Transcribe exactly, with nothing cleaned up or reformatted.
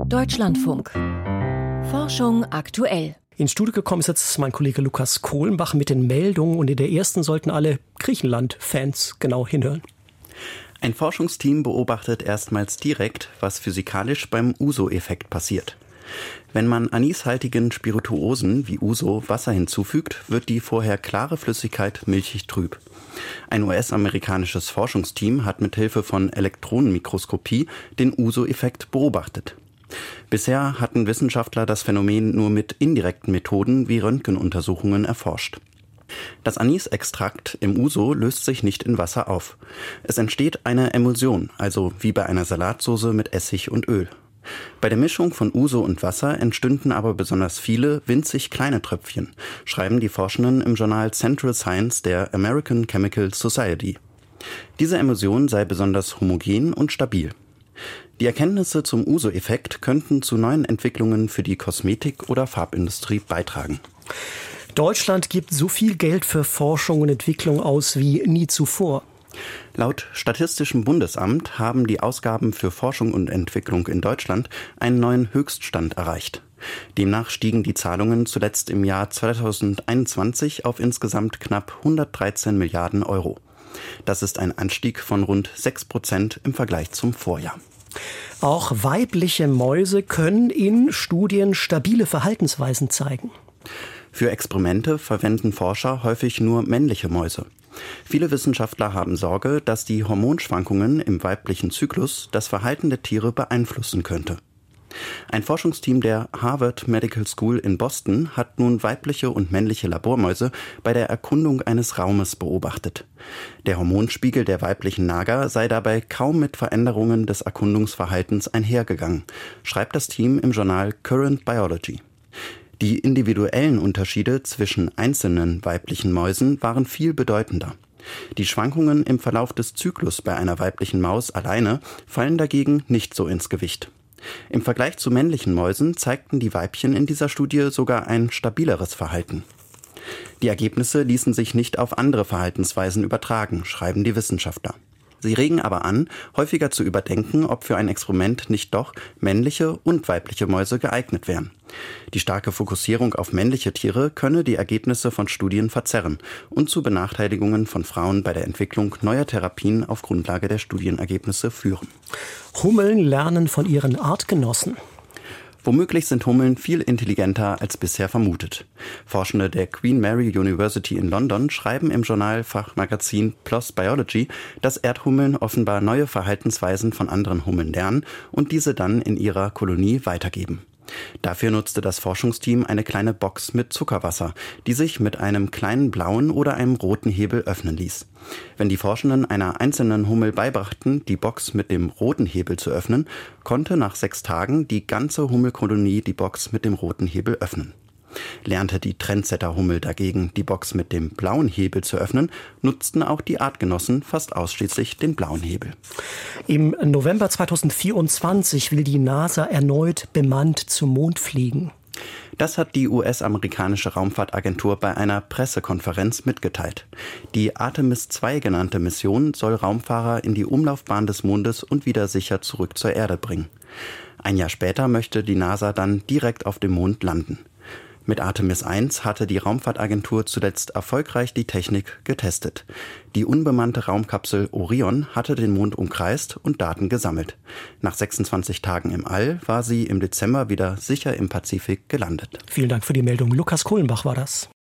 Deutschlandfunk. Forschung aktuell. Ins Studio gekommen ist jetzt mein Kollege Lukas Kohlenbach mit den Meldungen und in der ersten sollten alle Griechenland-Fans genau hinhören. Ein Forschungsteam beobachtet erstmals direkt, was physikalisch beim Uso-Effekt passiert. Wenn man anishaltigen Spirituosen wie Uso Wasser hinzufügt, wird die vorher klare Flüssigkeit milchig trüb. Ein U S-amerikanisches Forschungsteam hat mithilfe von Elektronenmikroskopie den Uso-Effekt beobachtet. Bisher hatten Wissenschaftler das Phänomen nur mit indirekten Methoden wie Röntgenuntersuchungen erforscht. Das Anisextrakt im Uso löst sich nicht in Wasser auf. Es entsteht eine Emulsion, also wie bei einer Salatsauce mit Essig und Öl. Bei der Mischung von Uso und Wasser entstünden aber besonders viele winzig kleine Tröpfchen, schreiben die Forschenden im Journal Central Science der American Chemical Society. Diese Emulsion sei besonders homogen und stabil. Die Erkenntnisse zum Uso-Effekt könnten zu neuen Entwicklungen für die Kosmetik- oder Farbindustrie beitragen. Deutschland gibt so viel Geld für Forschung und Entwicklung aus wie nie zuvor. Laut Statistischem Bundesamt haben die Ausgaben für Forschung und Entwicklung in Deutschland einen neuen Höchststand erreicht. Demnach stiegen die Zahlungen zuletzt im Jahr zweitausendeinundzwanzig auf insgesamt knapp hundertdreizehn Milliarden Euro. Das ist ein Anstieg von rund sechs Prozent im Vergleich zum Vorjahr. Auch weibliche Mäuse können in Studien stabile Verhaltensweisen zeigen. Für Experimente verwenden Forscher häufig nur männliche Mäuse. Viele Wissenschaftler haben Sorge, dass die Hormonschwankungen im weiblichen Zyklus das Verhalten der Tiere beeinflussen könnte. Ein Forschungsteam der Harvard Medical School in Boston hat nun weibliche und männliche Labormäuse bei der Erkundung eines Raumes beobachtet. Der Hormonspiegel der weiblichen Nager sei dabei kaum mit Veränderungen des Erkundungsverhaltens einhergegangen, schreibt das Team im Journal Current Biology. Die individuellen Unterschiede zwischen einzelnen weiblichen Mäusen waren viel bedeutender. Die Schwankungen im Verlauf des Zyklus bei einer weiblichen Maus alleine fallen dagegen nicht so ins Gewicht. Im Vergleich zu männlichen Mäusen zeigten die Weibchen in dieser Studie sogar ein stabileres Verhalten. Die Ergebnisse ließen sich nicht auf andere Verhaltensweisen übertragen, schreiben die Wissenschaftler. Sie regen aber an, häufiger zu überdenken, ob für ein Experiment nicht doch männliche und weibliche Mäuse geeignet wären. Die starke Fokussierung auf männliche Tiere könne die Ergebnisse von Studien verzerren und zu Benachteiligungen von Frauen bei der Entwicklung neuer Therapien auf Grundlage der Studienergebnisse führen. Hummeln lernen von ihren Artgenossen. Womöglich sind Hummeln viel intelligenter als bisher vermutet. Forschende der Queen Mary University in London schreiben im Journal-Fachmagazin PLOS Biology, dass Erdhummeln offenbar neue Verhaltensweisen von anderen Hummeln lernen und diese dann in ihrer Kolonie weitergeben. Dafür nutzte das Forschungsteam eine kleine Box mit Zuckerwasser, die sich mit einem kleinen blauen oder einem roten Hebel öffnen ließ. Wenn die Forschenden einer einzelnen Hummel beibrachten, die Box mit dem roten Hebel zu öffnen, konnte nach sechs Tagen die ganze Hummelkolonie die Box mit dem roten Hebel öffnen. Lernte die Trendsetter-Hummel dagegen, die Box mit dem blauen Hebel zu öffnen, nutzten auch die Artgenossen fast ausschließlich den blauen Hebel. Im November zweitausendvierundzwanzig will die NASA erneut bemannt zum Mond fliegen. Das hat die U S-amerikanische Raumfahrtagentur bei einer Pressekonferenz mitgeteilt. Die Artemis zwei genannte Mission soll Raumfahrer in die Umlaufbahn des Mondes und wieder sicher zurück zur Erde bringen. Ein Jahr später möchte die NASA dann direkt auf dem Mond landen. Mit Artemis eins hatte die Raumfahrtagentur zuletzt erfolgreich die Technik getestet. Die unbemannte Raumkapsel Orion hatte den Mond umkreist und Daten gesammelt. Nach sechsundzwanzig Tagen im All war sie im Dezember wieder sicher im Pazifik gelandet. Vielen Dank für die Meldung. Lukas Kohlenbach war das.